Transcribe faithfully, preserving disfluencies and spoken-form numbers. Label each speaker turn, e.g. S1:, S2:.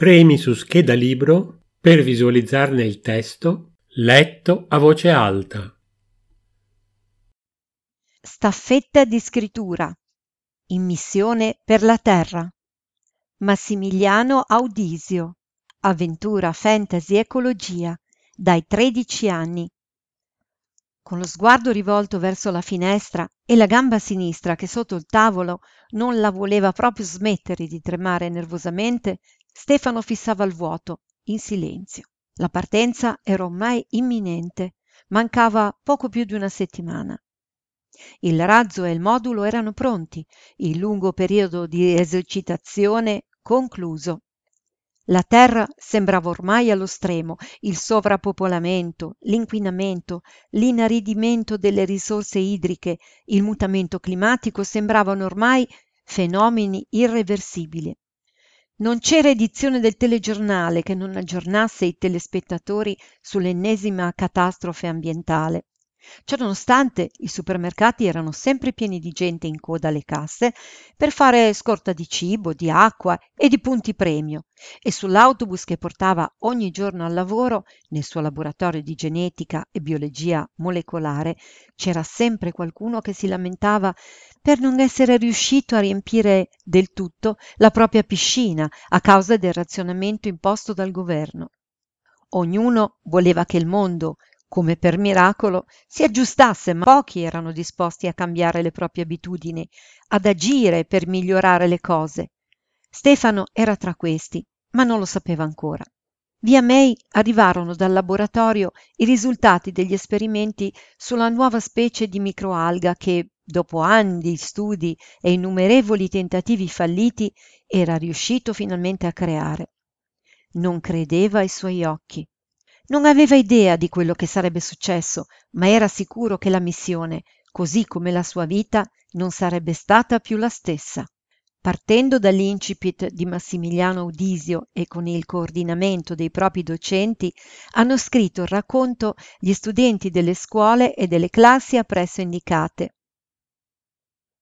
S1: Premi su scheda libro per visualizzarne il testo letto a voce alta.
S2: Staffetta di scrittura. In missione per la Terra. Massimiliano Audisio. Avventura fantasy ecologia. Dai tredici anni. Con lo sguardo rivolto verso la finestra e la gamba sinistra che sotto il tavolo non la voleva proprio smettere di tremare nervosamente, Stefano fissava il vuoto, in silenzio. La partenza era ormai imminente, mancava poco più di una settimana. Il razzo e il modulo erano pronti, il lungo periodo di esercitazione concluso. La Terra sembrava ormai allo stremo, il sovrappopolamento, l'inquinamento, l'inaridimento delle risorse idriche, il mutamento climatico sembravano ormai fenomeni irreversibili. Non c'era edizione del telegiornale che non aggiornasse i telespettatori sull'ennesima catastrofe ambientale. Ciononostante, i supermercati erano sempre pieni di gente in coda alle casse per fare scorta di cibo, di acqua e di punti premio, e sull'autobus che portava ogni giorno al lavoro, nel suo laboratorio di genetica e biologia molecolare, c'era sempre qualcuno che si lamentava per non essere riuscito a riempire del tutto la propria piscina a causa del razionamento imposto dal governo. Ognuno voleva che il mondo, come per miracolo, si aggiustasse, ma pochi erano disposti a cambiare le proprie abitudini, ad agire per migliorare le cose. Stefano era tra questi, ma non lo sapeva ancora. Via May arrivarono dal laboratorio i risultati degli esperimenti sulla nuova specie di microalga che, dopo anni di studi e innumerevoli tentativi falliti, era riuscito finalmente a creare. Non credeva ai suoi occhi. Non aveva idea di quello che sarebbe successo, ma era sicuro che la missione, così come la sua vita, non sarebbe stata più la stessa. Partendo dall'incipit di Massimiliano Audisio e con il coordinamento dei propri docenti, hanno scritto il racconto gli studenti delle scuole e delle classi appresso indicate.